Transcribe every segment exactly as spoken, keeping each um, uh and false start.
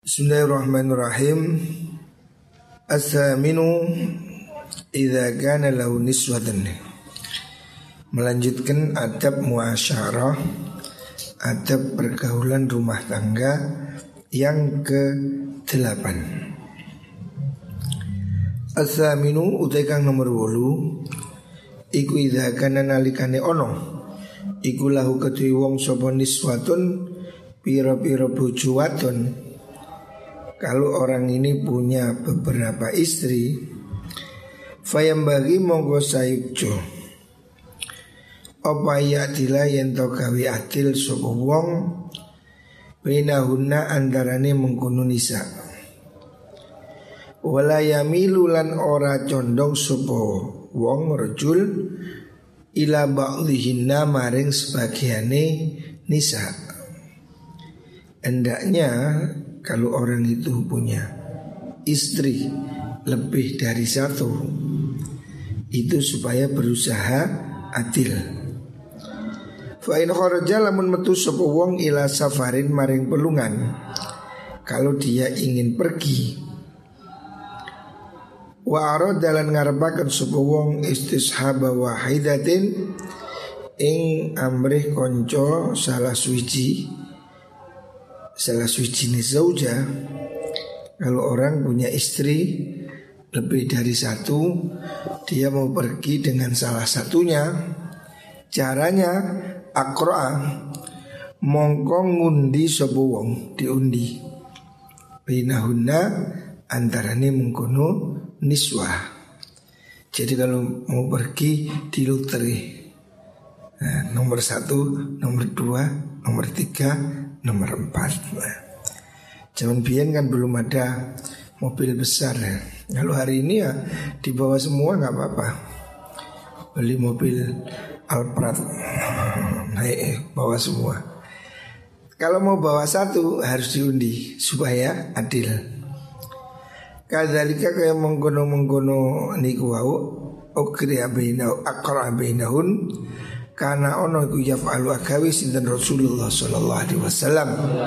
Bismillahirrahmanirrahim. As-saminu idza kana lahu niswatan. Melanjutkan adab muasyarah, adab pergaulan rumah tangga yang ke-delapan. As-saminu utai kang nomor wolu iku idza kana nalikane ono iku lahu kedue wong sapa niswatun pira-pira bojo wadon. Kalau orang ini punya beberapa istri, fayam bagi monggo sayukjo apa ya dila yen to gawe adil sapa wong bainahunna antarane mengkono nisa. Wala yamilu lan ora condong sapa wong rajul ila ba'dhihinna maring sebagiane nisa. Hendaknya kalau orang itu punya istri lebih dari satu, itu supaya berusaha adil. Fa in kharaja lamun metu sapa wong ila safarin maring pelungan, kalau dia ingin pergi, wa arada lan ngarepaken sapa wong istishaba wahidatin ing amrih konco salah suci salah suci ni zauja. Kalau orang punya istri lebih dari satu, dia mau pergi dengan salah satunya, caranya akroa mongko ngundi sapa wong, diundi bainahunna antarane mengkono niswah. Jadi kalau mau pergi di lotre, nah, nomor satu, nomor dua, nomor tiga, nomor empat. Nah, zaman biyen kan belum ada mobil besar ya. Kalau hari ini ya dibawa semua nggak apa-apa. Beli mobil Alphard, naik bawa semua. Kalau mau bawa satu harus diundi supaya adil. Kadzalika kaya mengkono-mengkono niku wau ukriya bainau aqra bainahun. Karena ono iku yaf'alu agawi sinten Rasulullah sallallahu alaihi wasallam.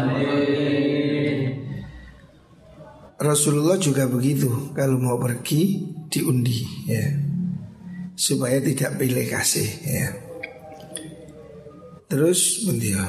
Rasulullah juga begitu, kalau mau pergi diundi ya, supaya tidak pilih kasih ya. Terus bendia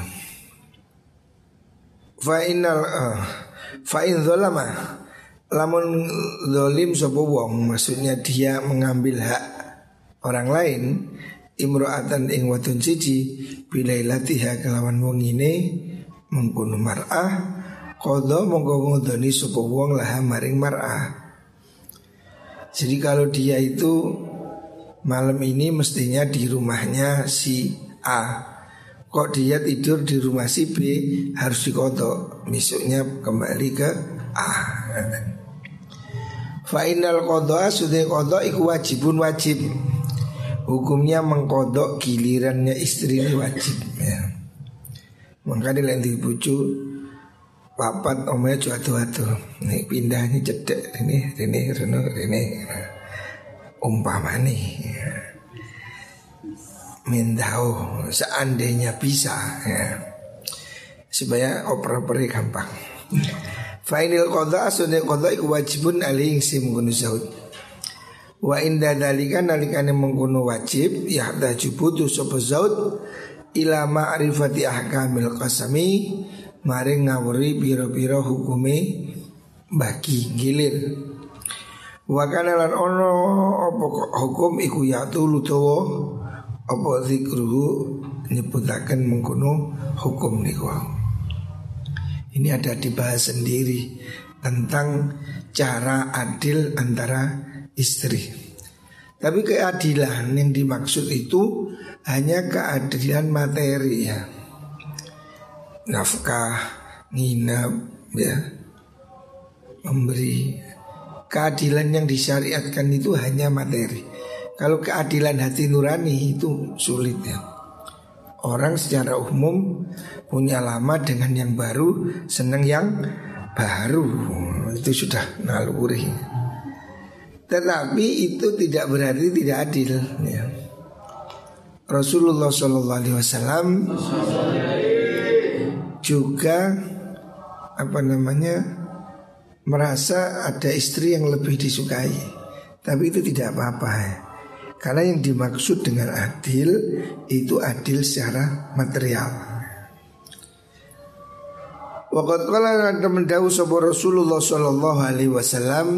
fa innal uh, fa in zalama lamun zalim sapa wong, maksudnya dia mengambil hak orang lain, imro'atan ing wadon siji bilailatiha kelawan wong ini mengkono mar'ah qadha monggo ngodoni sapa wong laha maring mar'ah. Jadi kalau dia itu malam ini mestinya di rumahnya si A, kok dia tidur di rumah si B, harus dikodok, besoknya kembali ke A. Fa innal qadha sudah qadha iku wajibun wajib. Hukumnya mengkodok gilirannya istri ini wajib ya. Makanya lain dibucu papat omnya cuatu-atu. Nih pindahnya cedek ini ini reno ini umpama nih ya. Mendau seandainya bisa ya, supaya oper-opernya gampang. Final qadha asune qadha iku wajibun alaihi sim gunusahud. Wa inda dalika nalikane mengkono wajib yahdaju butuh sapa zaud ila ma'rifati ahkamil qasami maring ngawuri pira-pira hukume bagi gilir. Wa kana lan ono apa hukum iku yatulu tawa apa zikruhu nyebutaken mengkono hukum niku. Ini ada dibahas sendiri tentang cara adil antara istri. Tapi keadilan yang dimaksud itu hanya keadilan materi ya, nafkah, nginap ya, memberi. Keadilan yang disyariatkan itu hanya materi. Kalau keadilan hati nurani itu sulit ya. Orang secara umum punya lama dengan yang baru, senang yang baru, itu sudah naluri. Tetapi itu tidak berarti tidak adil ya. Rasulullah shallallahu alaihi wasallam juga apa namanya merasa ada istri yang lebih disukai, tapi itu tidak apa-apa ya. Karena yang dimaksud dengan adil itu adil secara material. Waqad qala mendawu sapa Rasulullah sallallahu alaihi wasallam,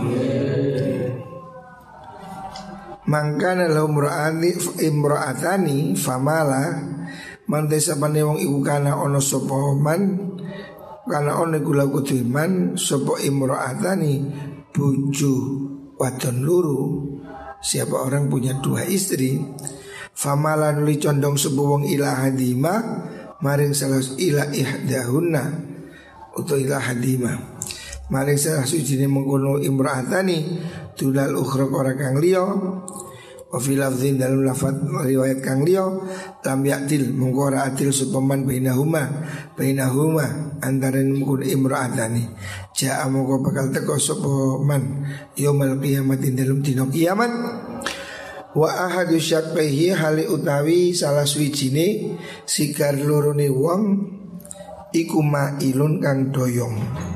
mangkana lahu imra'ani imra'atani famala, man desapane wong iku kana ana sapa man kana ana iku laku iman sapa imra'atani bojo wadon loro. Siapa orang punya dua istri, famala nuli condong sapa wong ila hadima maring salah ila ihdahunna atau ila hadima maring salah sujine mengkono imra'atani dunal ukhra ora kang liya. Wa fi lafzin dalam lafaz riwayat kang liya lam ya'dil mengko ora adil supaman bainahuma bainahuma antaraning mengkono imra'atani. Ja'a mongko bakal teko sapa man yaumul qiyamati dalam dina kiamat. Wa ahadu syaqaihi hali utawi salah suwijine sigar lorone wong iku mailun kang doyong.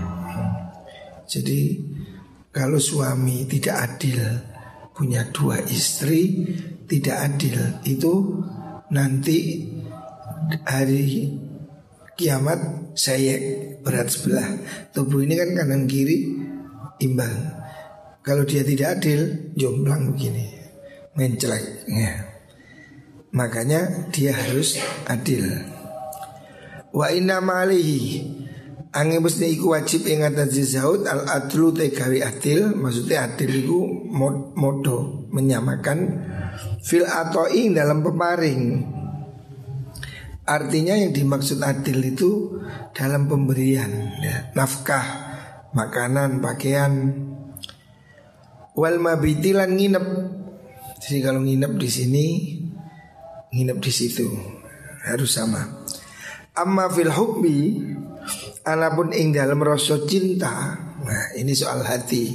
Jadi kalau suami tidak adil, punya dua istri tidak adil, itu nanti hari kiamat saya berat sebelah. Tubuh ini kan kanan kiri imbang. Kalau dia tidak adil, jomplang begini, mencelek ya. Makanya dia harus adil. Wa inna ma'alihi angin mesti iku wajib ing atase zaud al adlu te gawe adil. Maksudnya adil iku modo menyamakan fil atoing dalam peparing. Artinya yang dimaksud adil itu dalam pemberian ya, nafkah, makanan, pakaian. Wal mabitilan nginep. Jadi kalau nginep di sini, nginep di situ harus sama. Amma fil hubbi, anapun ing dalam rasa cinta. Nah ini soal hati.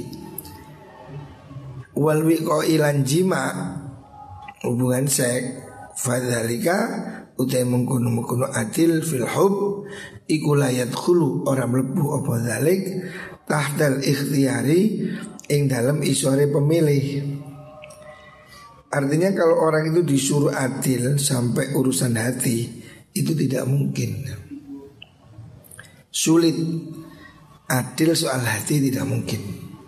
Wal wiqo ilan jima, hubungan seks, fadzalika utai mengkono-mengkono adil fil hub iku layat khulu orang mlebu apa dzalik tahdal ikhtiyari ing dalam isore pemilih. Artinya kalau orang itu disuruh adil sampai urusan hati itu tidak mungkin. Sulit. Adil soal hati tidak mungkin.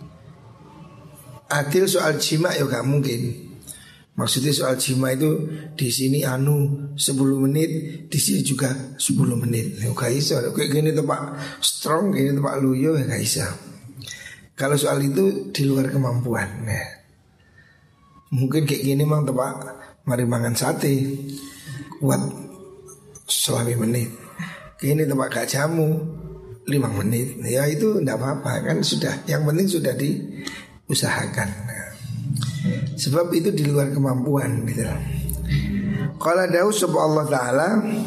Adil soal jima ya gak mungkin. Maksudnya soal jima itu di sini anu sepuluh menit, di sini juga sepuluh menit. Ya gak bisa. Kayak gini tepak strong, gini tepak luyo ya gak bisa. Kalau soal itu di luar kemampuan. Nah, mungkin kayak gini mang tepak mari mangan sate kuat selama menit. Kini tempat gak jamu lima menit. Ya itu tidak apa-apa kan sudah. Yang penting sudah diusahakan. Nah, sebab itu di luar kemampuan gitu. Qala dawu sapa Allah taala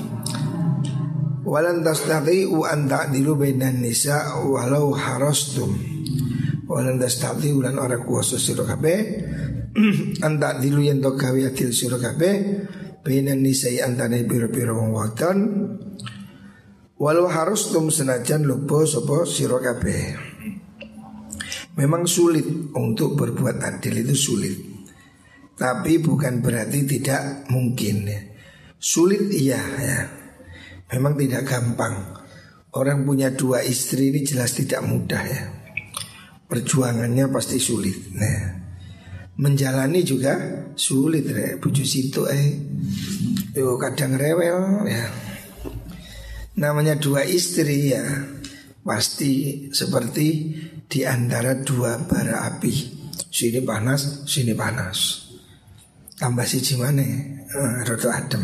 walan tastati'u an ta'dilu bainan nisa walau harastum. Walan tastati'u lan ora kuwasa sira kabeh an ta'dilu yen to gawe adil sira kabeh bainan nisa antane pira-pira wong wadon walau harastum senajan lupa sapa sira kabeh. Memang sulit untuk berbuat adil, itu sulit. Tapi bukan berarti tidak mungkin ya. Sulit iya ya. Memang tidak gampang. Orang punya dua istri ini jelas tidak mudah ya. Perjuangannya pasti sulit. Nah, menjalani juga sulit ya. Buju situ eh yo kadang rewel ya. Namanya dua istri ya, pasti seperti di antara dua bara api. Sini panas, sini panas. Tambah siji maneh, eh, rada adem.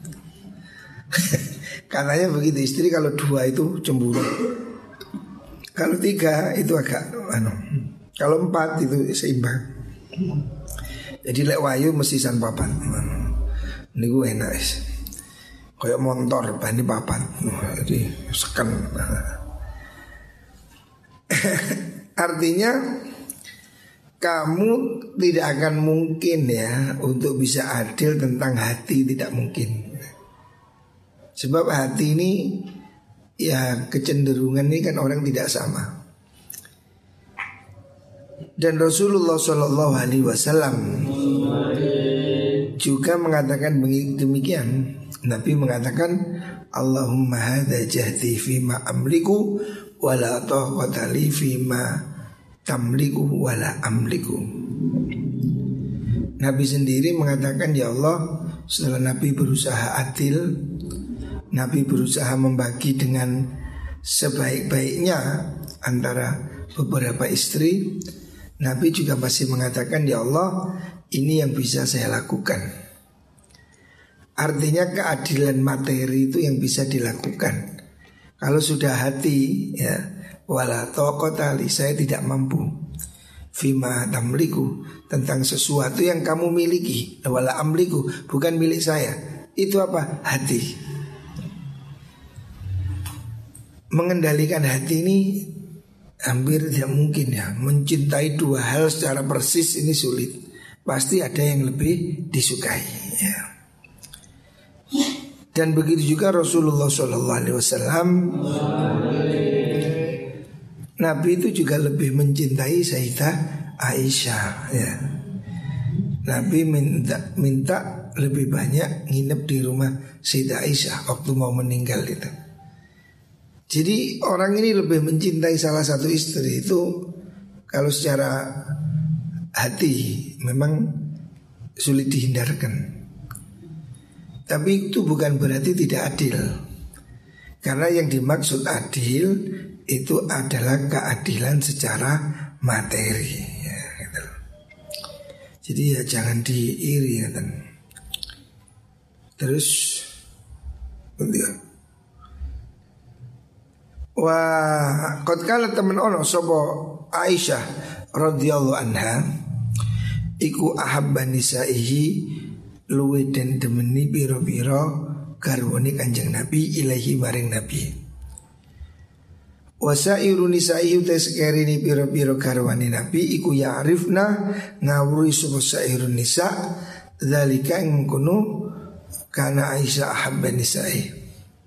Katanya begitu istri kalau dua itu cemburu. Kalau tiga itu agak anu. Kalau empat itu seimbang. Jadi lek wayu mesti san papat. Niku enak wis. Kayak motor bani papat. Jadi seken. Artinya kamu tidak akan mungkin ya untuk bisa adil tentang hati, tidak mungkin. Sebab hati ini ya kecenderungan ini kan orang tidak sama. Dan Rasulullah Shallallahu Alaihi Wasallam juga mengatakan demikian. Nabi mengatakan, Allahumma hadza jahdi fima amliku wala taqata li fima tamliku wala amliku. Nabi sendiri mengatakan, ya Allah, setelah Nabi berusaha adil, Nabi berusaha membagi dengan sebaik-baiknya antara beberapa istri, Nabi juga masih mengatakan, ya Allah, ini yang bisa saya lakukan. Artinya keadilan materi itu yang bisa dilakukan. Kalau sudah hati, ya, wala taqatali, saya tidak mampu, fima tamliku, tentang sesuatu yang kamu miliki, wala amliku, bukan milik saya. Itu apa? Hati. Mengendalikan hati ini hampir tidak mungkin ya. Mencintai dua hal secara persis ini sulit. Pasti ada yang lebih disukai ya. Dan begitu juga Rasulullah Shallallahu Alaihi Wasallam, Nabi itu juga lebih mencintai Sayyidah Aisyah ya. Nabi minta, minta lebih banyak nginep di rumah Sayyidah Aisyah waktu mau meninggal itu. Jadi orang ini lebih mencintai salah satu istri itu kalau secara hati memang sulit dihindarkan. Tapi itu bukan berarti tidak adil. Karena yang dimaksud adil itu adalah keadilan secara materi ya, gitu. Jadi ya jangan diiri ya, terus ya. Wah, qad kala temen ono sapa Aisyah radhiyallahu anha iku ahabba nisaihi luwe den demeni pira-pira garwane Kanjeng Nabi ilahi maring Nabi. Wasairu nisaihi te sekerini pira-pira garwane Nabi iku ya'rifna ngawuri sapa sairun nisa zalika ing kono kana Aisyah ahabba nisaihi.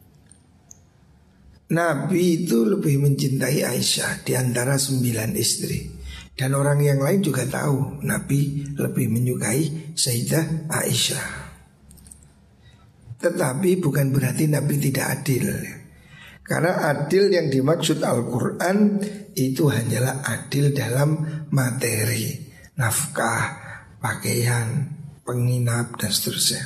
Nabi itu lebih mencintai Aisyah di antara sembilan istri. Dan orang yang lain juga tahu Nabi lebih menyukai Sayyidah Aisyah. Tetapi bukan berarti Nabi tidak adil. Karena adil yang dimaksud Al-Quran itu hanyalah adil dalam materi, nafkah, pakaian, penginap dan seterusnya.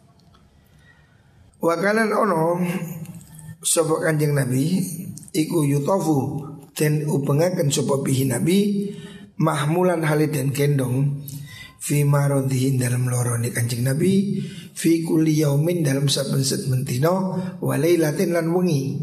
Wakanan ono sapa Kanjeng Nabi iku yutafu den ubengaken sapa bihi Nabi mahmulan halid dan gendong fi maradhihi dalam lorone Kanjeng Nabi fi kulli yaumin dalam saben-saben dina wa lailatin lan wengi.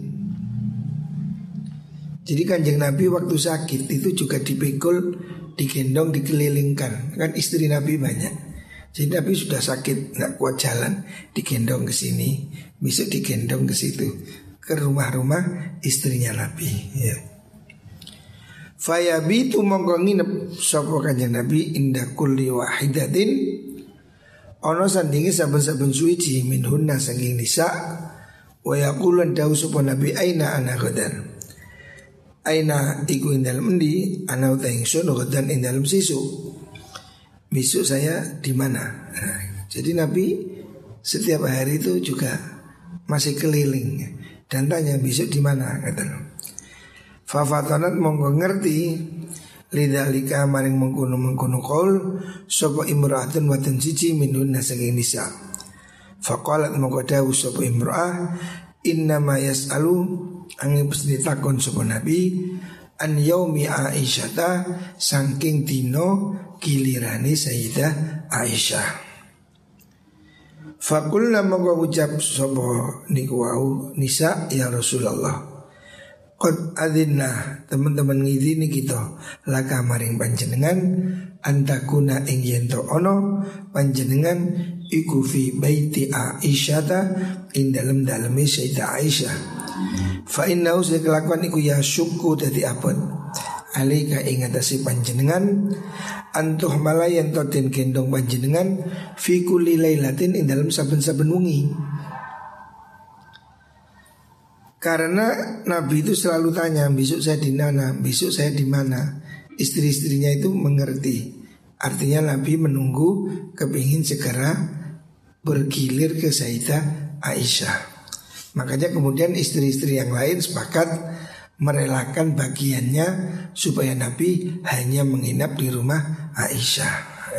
Jadi Kanjeng Nabi waktu sakit itu juga dipikul, digendong, dikelilingkan. Kan istri Nabi banyak. Jadi Nabi sudah sakit, nggak kuat jalan, digendong ke sini, besok digendong ke situ, ke rumah-rumah istrinya Nabi ya. Fayabitu mongko nginep sapa Kanjeng Nabi inda kulli wahidatin ana sandinge saben-saben suci minhunna saking nisa wa yaqulun dawu sapa Nabi aina ana gadan. Aina iku ing dalem endi ana uta ingsun gadan ing dalem sisu. Besok saya di mana? Nah, jadi Nabi setiap hari itu juga masih keliling dan tanya besok di mana kata. Fafatanat monggo ngerti lidzalika maring mengkono-mengkono qaul sapa imra'atun wa siji minun saking nisa. Faqalat monggo dawuh sapa imra'ah inna ma yas'alu angin pasti takon sapa Nabi an yaumi Aisyata saking dino gilirane Sayyidah Aisyah. Fakulna monggo ucap sapa niku wau nisa ya Rasulullah. Qad adzinna teman-teman ngizini kita laka maring panjenengan antakuna ing yen to ono panjenengan iku fi baiti Aisyata ing dalem-daleme Sayyidah Aisyah. Fa innahu sekelakuan iku ya syukku dadi abot alika ing atase panjenengan antuh malayan to den gendong panjenengan fi kulli lailatin ing dalem saben-saben wengi. Karena Nabi itu selalu tanya besok saya di mana, besok saya di mana. istri-istrinya itu mengerti. Artinya Nabi menunggu kepingin segera bergilir ke Sayyidah Aisyah. Makanya kemudian istri-istri yang lain sepakat merelakan bagiannya supaya Nabi hanya menginap di rumah Aisyah.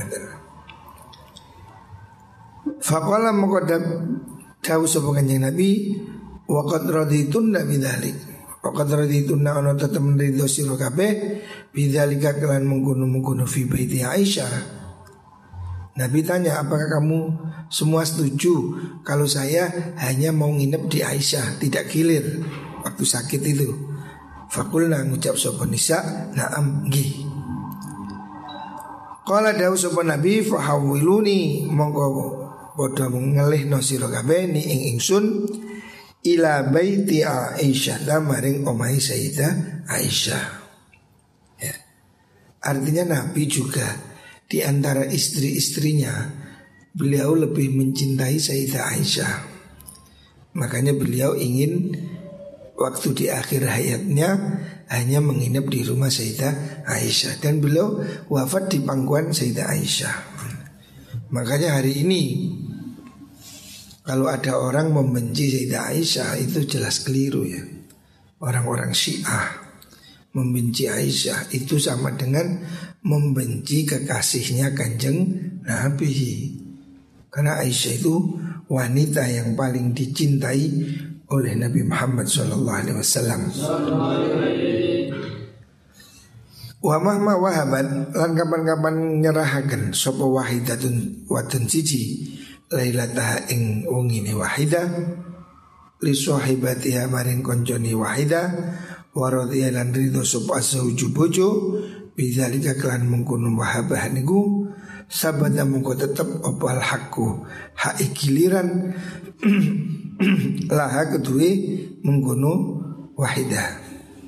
Faqala maqadab dawu sapa Kanjeng Nabi wa qad raditunna bidzalik. Wa qad raditunna ana tetemen ridho sira kabeh bidzalika kelan mengkono-mengkono fi baiti Aisyah. Nabi tanya, apakah kamu semua setuju kalau saya hanya mau nginep di Aisyah, tidak gilir waktu sakit itu? Fakulna ngucap sapa nisa, na'am nggih. Qala dawu sapa Nabi fahawiluni mongko padha ngelihno sira kabeh ni ing ingsun ila baiti Aisyah maring omahe Sayyidah Aisyah. Ya. Artinya Nabi juga di antara istri-istrinya beliau lebih mencintai Sayyidah Aisyah. Makanya beliau ingin waktu di akhir hayatnya hanya menginap di rumah Sayyidah Aisyah. Dan beliau wafat di pangkuan Sayyidah Aisyah. Makanya hari ini kalau ada orang membenci Sayyidah Aisyah itu jelas keliru ya. Orang-orang Syiah membenci Aisyah itu sama dengan membenci kekasihnya Kanjeng Nabi. Karena Aisyah itu wanita yang paling dicintai oleh Nabi Muhammad shallallahu alaihi wasallam. Wa mahma wahaban lan kapan-kapan nyerahaken sapa wahidatun wadon siji lailataha ing wengine wahidah li sahibatiha maring koncone wahidah wa radhiya lan ridho sapa sauju bojo bidzalika kelan mengkono wahabah niku sabada mengko tetep opal hakku hak giliran laha kedue mengkono wahidah.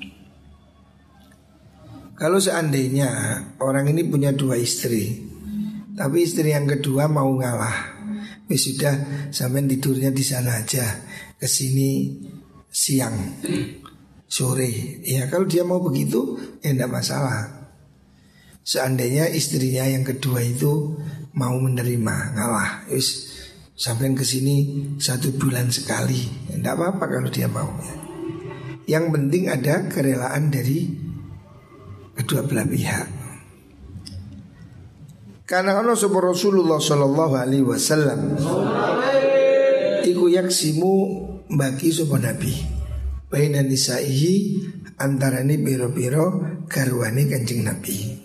Kalau seandainya orang ini punya dua istri, tapi istri yang kedua mau ngalah, ya sudah sampean tidurnya di sana aja, kesini siang sore. Ya kalau dia mau begitu ya enggak masalah. Seandainya istrinya yang kedua itu mau menerima ngalah, wis sampean kesini satu bulan sekali, enggak apa-apa kalau dia mau. Yang penting ada kerelaan dari kedua belah pihak. Karena ana sapa Rasulullah sallallahu alaihi wasallam iku yaksimu bagi sapa Nabi baina nisaihi antarane pira-pira garwane Kanjeng Nabi.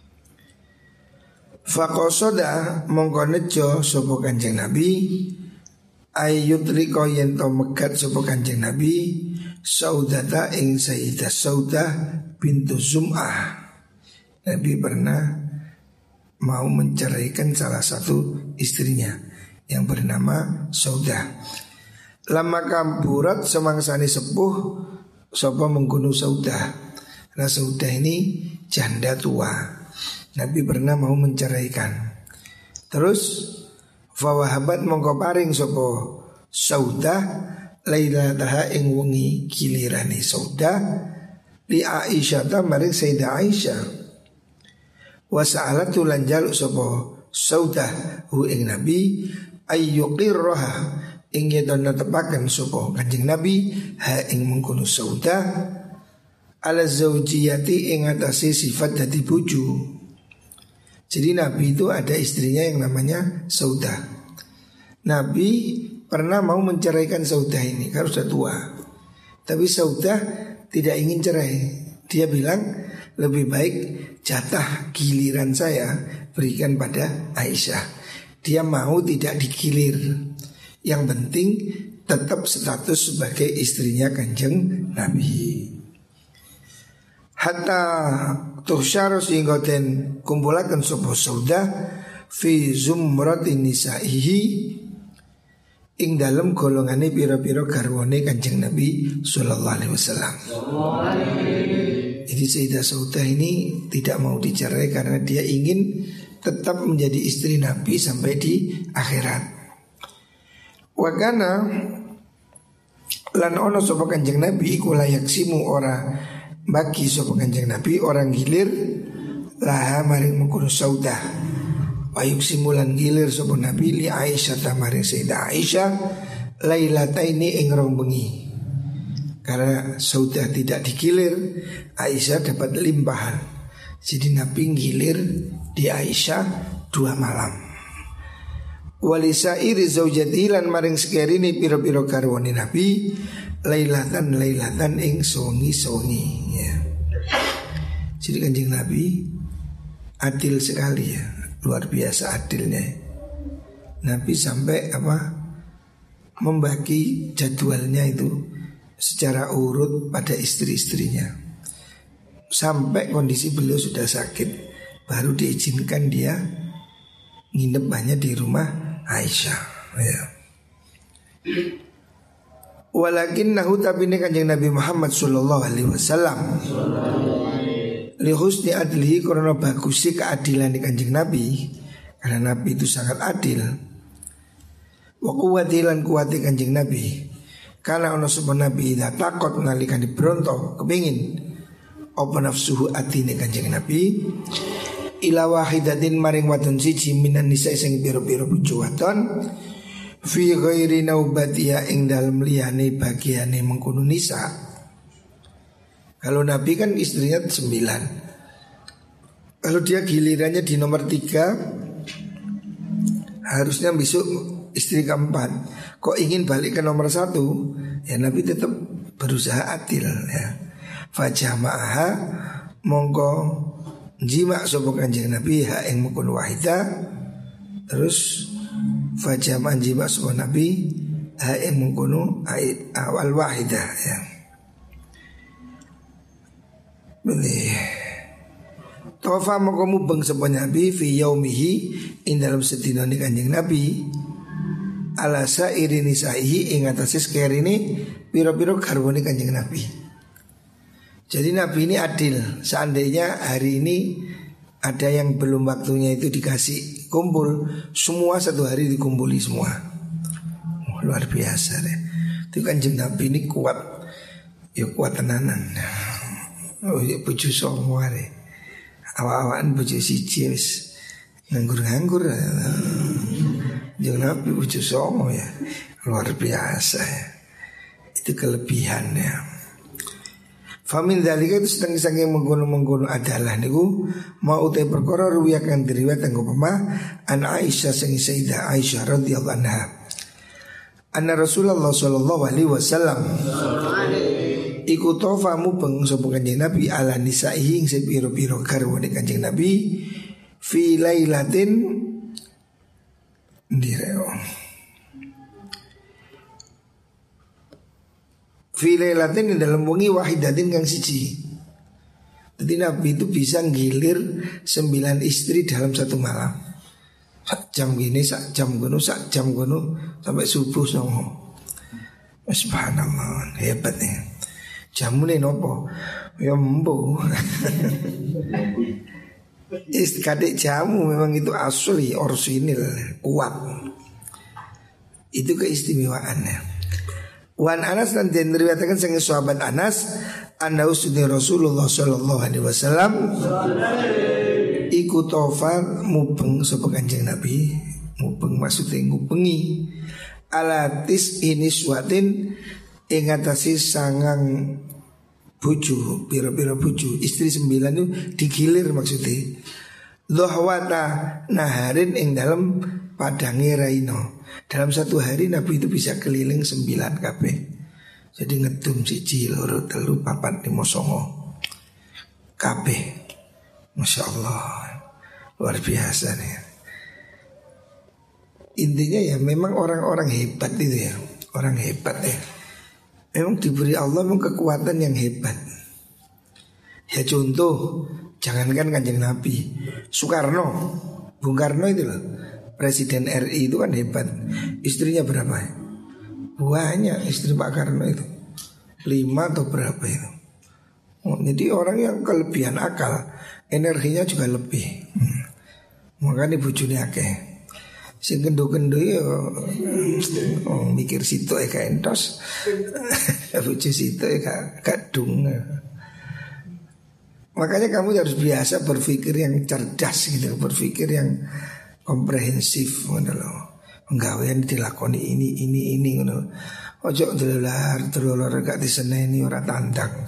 Faqasada mongko nejo sapa Kanjeng Nabi ayyutrika yen to megat sapa Kanjeng Nabi Saudata ing Sayyidah Saudah bintu Zum'ah. Nabi pernah mau menceraikan salah satu istrinya yang bernama Saudah. Lama kamburat semangsani sepuh sapa menggunung Saudah. Nah Saudah ini janda tua. Nabi pernah mau menceraikan. Terus fawahabat mongko paring sapa Saudah lailataha ing wengi gilirane Saudah li Aisyah ta maring Sayyidah Aisyah. Wa sa'alatu lan jaluk sapa Saudah hu ing Nabi ayyuqirraha ing yen netepaken sapa Kanjeng Nabi ha ing mengkono Saudah ala zaujiyati ing atase sifat dadi bojo. Jadi Nabi itu ada istrinya yang namanya Saudah. Nabi pernah mau menceraikan Saudah ini karena sudah tua. Tapi Saudah tidak ingin cerai. Dia bilang lebih baik jatah giliran saya berikan pada Aisyah. Dia mau tidak digilir. Yang penting tetap status sebagai istrinya Kanjeng Nabi. Hatta tuhsyara sehingga den kumpulaken sapa Saudah fi zumratin nisaihi ing dalam golongane pira-pira garwane Kanjeng Nabi sallallahu alaihi wasallam. Jadi Sayyidah Saudah ini tidak mau dicerai karena dia ingin tetap menjadi istri Nabi sampai di akhirat. Wa kana lan ono sapa Kanjeng Nabi iku layak simu ora bagi sapa Kanjeng Nabi orang gilir laha maring mengkono Saudah. Wayuk simulan gilir sapa Nabi li Aisyah ta maring Sayyidah Aisyah lailataini ing rong bengi. Karena Saudah tidak digilir, Aisyah dapat limpahan. Jadi Nabi gilir di Aisyah dua malam. Walisa iri zaujati lan maring sekerini piro-piro karwani Nabi lailatan lailatan ing songi-songi ya. Jadi Kanjeng Nabi adil sekali ya. Luar biasa adilnya. Nabi sampai apa membagi jadwalnya itu secara urut pada istri-istrinya. Sampai kondisi beliau sudah sakit, baru diizinkan dia nginep hanya di rumah Aisyah ya. Walakin nahu tapi ini Kanjeng Nabi Muhammad sallallahu alaihi wasallam li husni adlihi karena bagusi keadilan di Kanjeng Nabi. Karena Nabi itu sangat adil. Wa quwwati lan kuwati Kanjeng Nabi. Karena ono sapa Nabi ida takut nalikan dibronto kepingin apa nafsuhu atine Kanjeng Nabi ila wahidatin maring wadon siji minan nisa sing pira-pira bojo wadon fi ghairi naubatiha ing dalem liyane bagiane mengkono nisa. Kalau Nabi kan istrinya sembilan. Kalau dia gilirannya di nomor tiga, harusnya besok istri keempat. Kok ingin balik ke nomor satu, ya Nabi tetap berusaha adil ya. Fajama'aha mongko jima sapa Kanjeng Nabi ha ing mukun wahida. Terus fajama'an jima sapa Nabi ha ing mukun awal wahida ya. Boleh. Tofa moko mubeng sapa Nabi fi yaumihi ing dalam sedinane Kanjeng Nabi ala sairi nisaihi ing atase sekerine pira-pira garwane Kanjeng Nabi. Jadi Nabi ini adil. Seandainya hari ini ada yang belum waktunya itu dikasih kumpul, semua satu hari dikumpuli semua. Oh, luar biasa deh. Itu Kanjeng Nabi ini kuat. Ya kuat tenanan. Oh ya bojo songo are. Awak-awakan bojo siji wis nganggur-nganggur. Jangan Nabi bojo songo ya. Luar biasa ya. Itu kelebihannya. Famin dalika itu sedang saking mengkono-mengkono adalah niku mau utai perkara ruwiyakan diriwayat anggo pemah an Aisyah sing Sayyidah Aisyah radhiyallahu anha. Anna Rasulullah sallallahu alaihi wasallam iku tofa mubeng sapa Kanjeng Nabi ala nisaihi ing sepiro-piro garwane Kanjeng Nabi fi lailatin ndireo fi lailatin dalam wengi wahidatin kang siji. Jadi Nabi itu bisa ngilir sembilan istri dalam satu malam. Sak jam gini, sak jam gono, sak jam gono sampai subuh songo. Subhanallah, hebat nih. Jamune nopo? Ya empu. Kadek jamu memang itu asli, orisinil, kuat. Itu keistimewaannya. Wan Anas dan den riwayatkan sang sahabat Anas anna usni Rasulullah sallallahu alaihi wasallam iku tofa mubeng sapa Kanjeng Nabi. Mubeng maksudnya ngubengi alatis ini suatin ing atase sangang bojo, pira-pira bojo, istri sembilan itu digilir maksudnya. Dhahwata naharin ing dalam padange raino. Dalam satu hari Nabi itu bisa keliling sembilan kabeh. Jadi ngedum siji loro telu papat lima songo kabeh. Masya Allah, luar biasa nih. Intinya ya memang orang-orang hebat itu ya, orang hebat ya. Memang diberi Allah memang kekuatan yang hebat. Ya contoh, jangankan Kanjeng Nabi, Soekarno, Bung Karno itu loh, Presiden R I itu kan hebat. Istrinya berapa? Banyak istri Pak Karno itu, lima atau berapa itu. Oh, jadi orang yang kelebihan akal, energinya juga lebih. hmm. Makanya bojone akeh. Sing kendo-kendo ya oh, mikir situ ya gak entos. Bojo situ ya gak kadung. Makanya kamu harus biasa berpikir yang cerdas gitu, berpikir yang komprehensif ngono lho. Penggawean dilakoni ini ini ini ngono. Ojo delelar terulur gak diseneni ora tandang.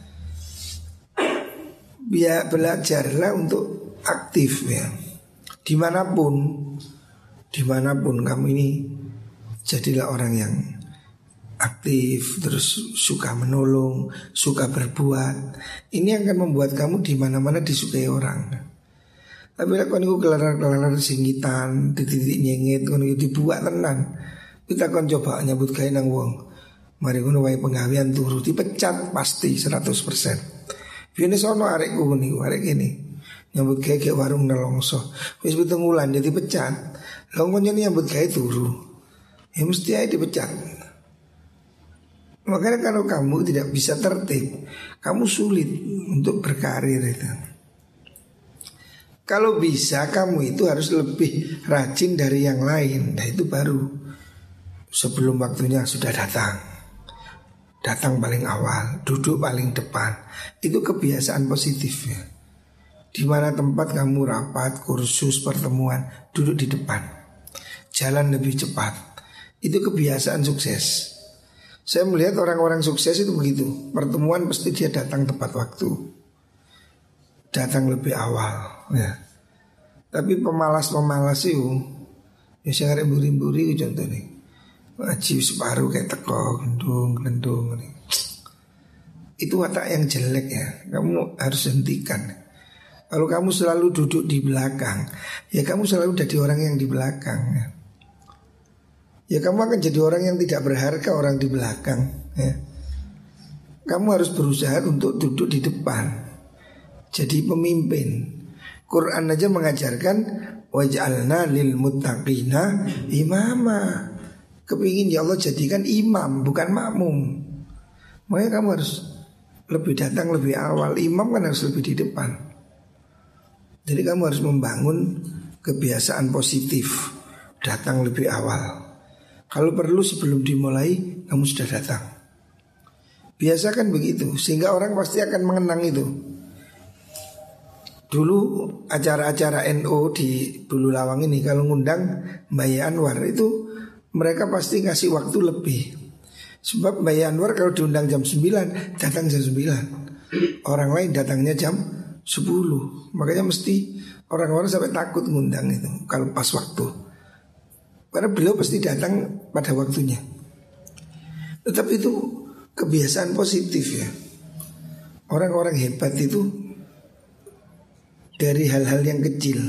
Biar belajarlah untuk aktif ya. Dimanapun, dimanapun kamu ini jadilah orang yang aktif, terus suka menolong, suka berbuat. Ini akan membuat kamu di mana-mana disukai orang. Tapi kalau niku kelar-kelar singgitan, titik nyengit, kalau dibuat tenan, kita akan coba nyambut gawe nang wong. Mari ngono wae penggawean turu dipecat pasti seratus persen. Biyen sono arekku niku, arek kene. Nyambut gawe ke warung nelongso. Wis pitung wulan jadi pecat. Lah ngono nyambut gawe turu. Ya mesti ae dipecat. Makanya kalau kamu tidak bisa tertib, kamu sulit untuk berkarir itu. Kalau bisa kamu itu harus lebih rajin dari yang lain. Nah itu baru sebelum waktunya sudah datang. Datang paling awal, duduk paling depan. Itu kebiasaan positif ya. Di mana tempat kamu rapat, kursus, pertemuan, duduk di depan. Jalan lebih cepat. Itu kebiasaan sukses. Saya melihat orang-orang sukses itu begitu. Pertemuan pasti dia datang tepat waktu, datang lebih awal ya. Tapi pemalas-pemalas itu ya saya ngarep buri-buri contohnya ngaji separuh kayak teko gendung gendung nih. Itu watak yang jelek ya. Kamu harus hentikan. Kalau kamu selalu duduk di belakang, ya kamu selalu jadi orang yang di belakang ya. Ya kamu akan jadi orang yang tidak berharga, orang di belakang ya. Kamu harus berusaha untuk duduk di depan, jadi pemimpin. Quran aja mengajarkan waj'alna lil muttaqina imama. Kepingin ya Allah jadikan imam bukan makmum. Makanya kamu harus lebih datang lebih awal. Imam kan harus lebih di depan. Jadi kamu harus membangun kebiasaan positif, datang lebih awal. Kalau perlu sebelum dimulai kamu sudah datang. Biasakan begitu sehingga orang pasti akan mengenang itu. Dulu acara-acara N U di Bulu Lawang ini kalau ngundang Mbak Anwar itu mereka pasti ngasih waktu lebih. Sebab Mbak Anwar kalau diundang jam sembilan datang jam sembilan. Orang lain datangnya jam sepuluh. Makanya mesti orang-orang sampai takut ngundang itu kalau pas waktu. Karena beliau pasti datang pada waktunya. Tetapi itu kebiasaan positif ya. Orang-orang hebat itu dari hal-hal yang kecil.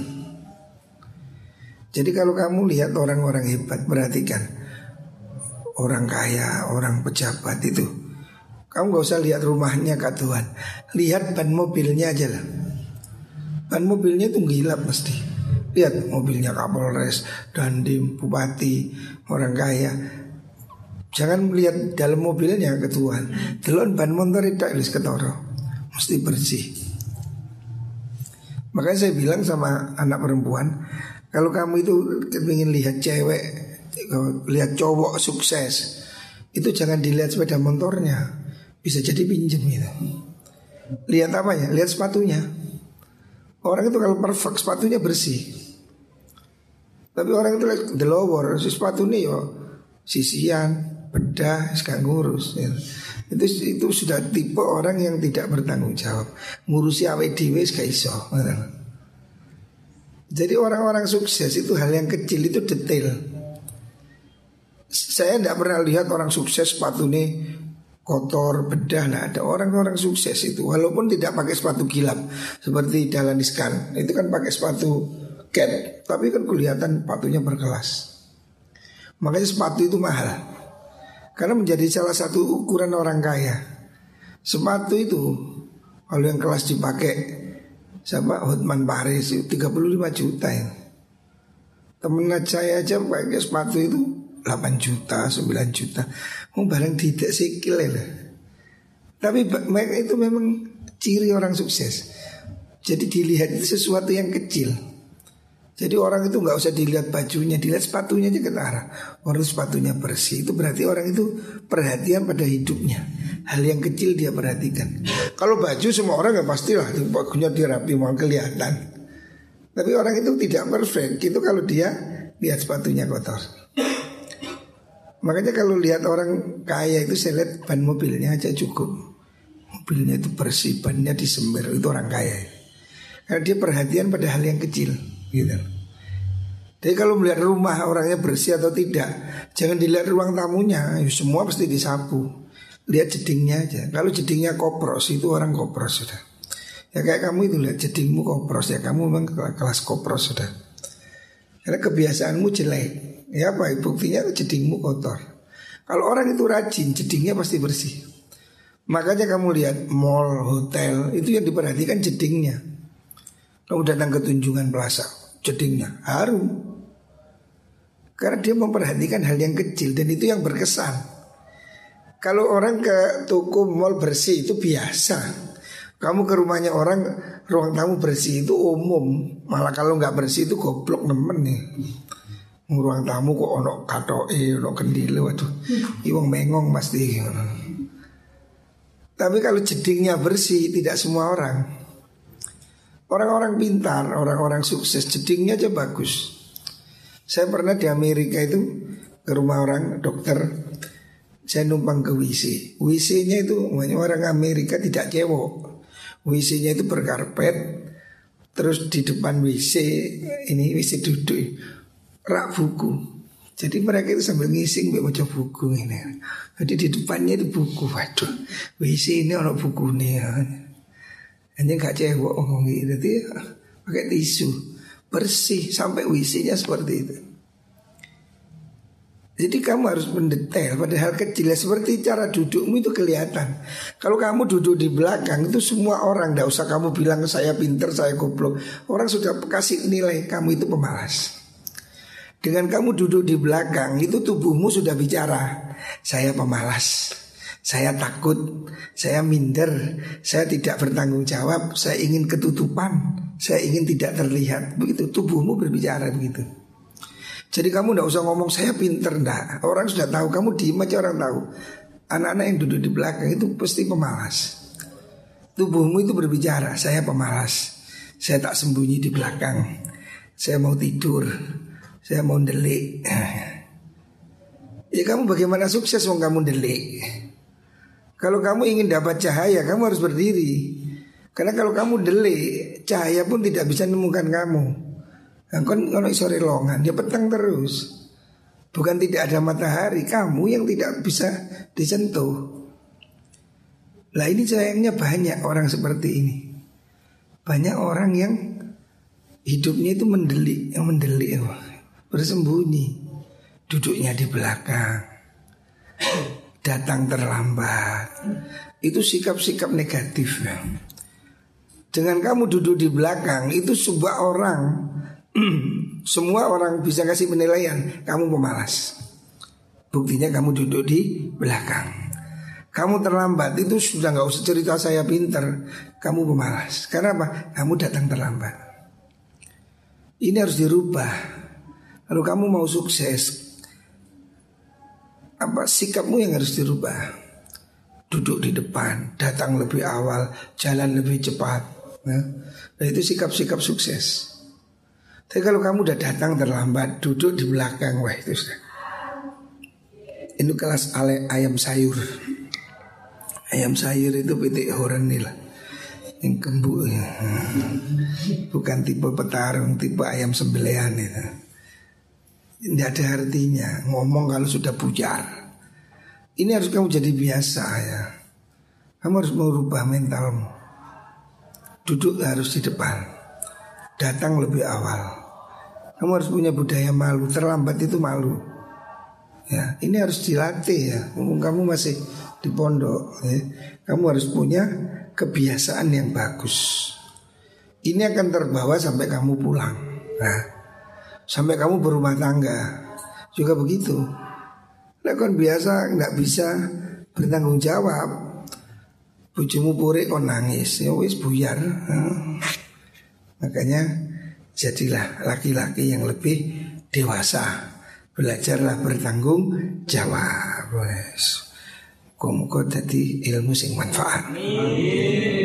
Jadi kalau kamu lihat orang-orang hebat, perhatikan orang kaya, orang pejabat itu, kamu gak usah lihat rumahnya katuan, lihat ban mobilnya aja lah. Ban mobilnya itu gila pasti. Lihat mobilnya Kapolres, Dandim, Bupati, orang kaya. Jangan melihat dalam mobilnya ketuaan. Delon ban motor itu wis ketara, mesti bersih. Makanya saya bilang sama anak perempuan, kalau kamu itu ingin lihat cewek, lihat cowok sukses, itu jangan dilihat sepeda motornya, bisa jadi pinjem gitu. Lihat apa ya? Lihat sepatunya. Orang itu kalau perfect sepatunya bersih. Tapi orang itu delowor, sepatunya yo sisian, bedah, sekarang ngurus ya. Itu itu sudah tipe orang yang tidak bertanggung jawab. Ngurusi awake dhewe gak iso. Jadi orang-orang sukses itu hal yang kecil itu detail. Saya tidak pernah lihat orang sukses sepatunya kotor, bedah. Nah ada orang-orang sukses itu walaupun tidak pakai sepatu kilap seperti Dahlan Iskan, itu kan pakai sepatu cat, tapi kan kelihatan sepatunya berkelas. Makanya sepatu itu mahal, karena menjadi salah satu ukuran orang kaya. Sepatu itu kalau yang kelas dipakai siapa, Hotman Paris itu tiga puluh lima juta ya. Temen saya aja pakai sepatu itu delapan juta, sembilan juta. Mau barang tidak sikil ya. Tapi mereka itu memang ciri orang sukses. Jadi dilihat itu sesuatu yang kecil. Jadi orang itu nggak usah dilihat bajunya, dilihat sepatunya aja ketara. Orang sepatunya bersih, itu berarti orang itu perhatian pada hidupnya. Hal yang kecil dia perhatikan. Kalau baju semua orang ya pastilah bajunya dia rapi mau kelihatan. Tapi orang itu tidak perfect. Itu kalau dia lihat sepatunya kotor. Makanya kalau lihat orang kaya itu saya lihat ban mobilnya aja cukup. Mobilnya itu bersih, bannya disemir, itu orang kaya. Karena dia perhatian pada hal yang kecil gitu. Jadi kalau melihat rumah orangnya bersih atau tidak, jangan dilihat ruang tamunya, semua pasti disapu. Lihat jedingnya aja. Kalau jedingnya kopros itu orang kopros sudah. Ya kayak kamu itu lihat jedingmu kopros ya, kamu memang kelas kopros sudah. Karena kebiasaanmu jelek. Ya apa? Buktinya jedingmu kotor. Kalau orang itu rajin, jedingnya pasti bersih. Makanya kamu lihat mall, hotel itu yang diperhatikan jedingnya. Kamu datang ke Tunjungan Plaza, jedingnya harum. Karena dia memperhatikan hal yang kecil dan itu yang berkesan. Kalau orang ke toko mall bersih itu biasa. Kamu ke rumahnya orang, ruang tamu bersih itu umum. Malah kalau nggak bersih itu goblok nemen nih. Ruang tamu kok ono katoke, ono kendile, waduh, iwang mengong pasti. Tapi kalau jedingnya bersih, tidak semua orang. Orang-orang pintar, orang-orang sukses, jedingnya aja bagus. Saya pernah di Amerika itu ke rumah orang dokter. Saya numpang ke W C. W C-nya itu orang Amerika tidak cewek. W C-nya itu berkarpet. Terus di depan W C, ini W C duduk, rak buku. Jadi mereka itu sambil ngising baca buku ini. Jadi di depannya itu buku. Waduh, W C ini ada buku nih. Hanya gak cewek ngomong gitu. Jadi pakai tisu bersih sampai W C-nya seperti itu. Jadi kamu harus mendetail pada hal kecil ya, seperti cara dudukmu itu kelihatan. Kalau kamu duduk di belakang itu semua orang, tidak usah kamu bilang saya pinter, saya goblok. Orang sudah kasih nilai kamu itu pemalas. Dengan kamu duduk di belakang itu tubuhmu sudah bicara. Saya pemalas, saya takut, saya minder, saya tidak bertanggung jawab, saya ingin ketutupan, saya ingin tidak terlihat. Begitu tubuhmu berbicara begitu. Jadi kamu tidak usah ngomong saya pinter, enggak. Orang sudah tahu, kamu diem aja orang tahu. Anak-anak yang duduk di belakang itu pasti pemalas. Tubuhmu itu berbicara, saya pemalas, saya tak sembunyi di belakang, saya mau tidur, saya mau delik. Ya kamu bagaimana sukses wong kamu delik? Kalau kamu ingin dapat cahaya, kamu harus berdiri. Karena kalau kamu delik, cahaya pun tidak bisa menemukan kamu. Nah, kan kalau sore longan dia petang terus. Bukan tidak ada matahari, kamu yang tidak bisa disentuh. Lah ini sayangnya banyak orang seperti ini. Banyak orang yang hidupnya itu mendelik, yang mendelik, bersembunyi, duduknya di belakang, datang terlambat. Itu sikap-sikap negatif. Dengan kamu duduk di belakang, itu sebuah orang, semua orang bisa kasih penilaian kamu pemalas. Buktinya kamu duduk di belakang. Kamu terlambat itu sudah gak usah cerita saya pinter, kamu pemalas. Karena apa? Kamu datang terlambat. Ini harus dirubah. Kalau kamu mau sukses, apa sikapmu yang harus dirubah. Duduk di depan, datang lebih awal, jalan lebih cepat. Nah itu sikap-sikap sukses. Tapi kalau kamu udah datang terlambat, duduk di belakang, wah itu sudah. Ini kelas ale, ayam sayur. Ayam sayur itu pitik horeni lah, yang kembuk ya. Bukan tipe petarung, tipe ayam sembelihan itu. Tidak ada artinya ngomong kalau sudah pujar. Ini harus kamu jadi biasa ya. Kamu harus merubah mentalmu. Duduk harus di depan, datang lebih awal. Kamu harus punya budaya malu. Terlambat itu malu. Ya, ini harus dilatih ya. Mumpung kamu masih di pondok ya. Kamu harus punya kebiasaan yang bagus. Ini akan terbawa sampai kamu pulang. Nah, sampai kamu berumah tangga juga begitu. Nah kan biasa nggak bisa bertanggung jawab. Bojomu purik kon nangis, ya wis buyar. Nah, makanya jadilah laki-laki yang lebih dewasa. Belajarlah bertanggung jawab. Muga-muga dadi ilmu sing manfaat.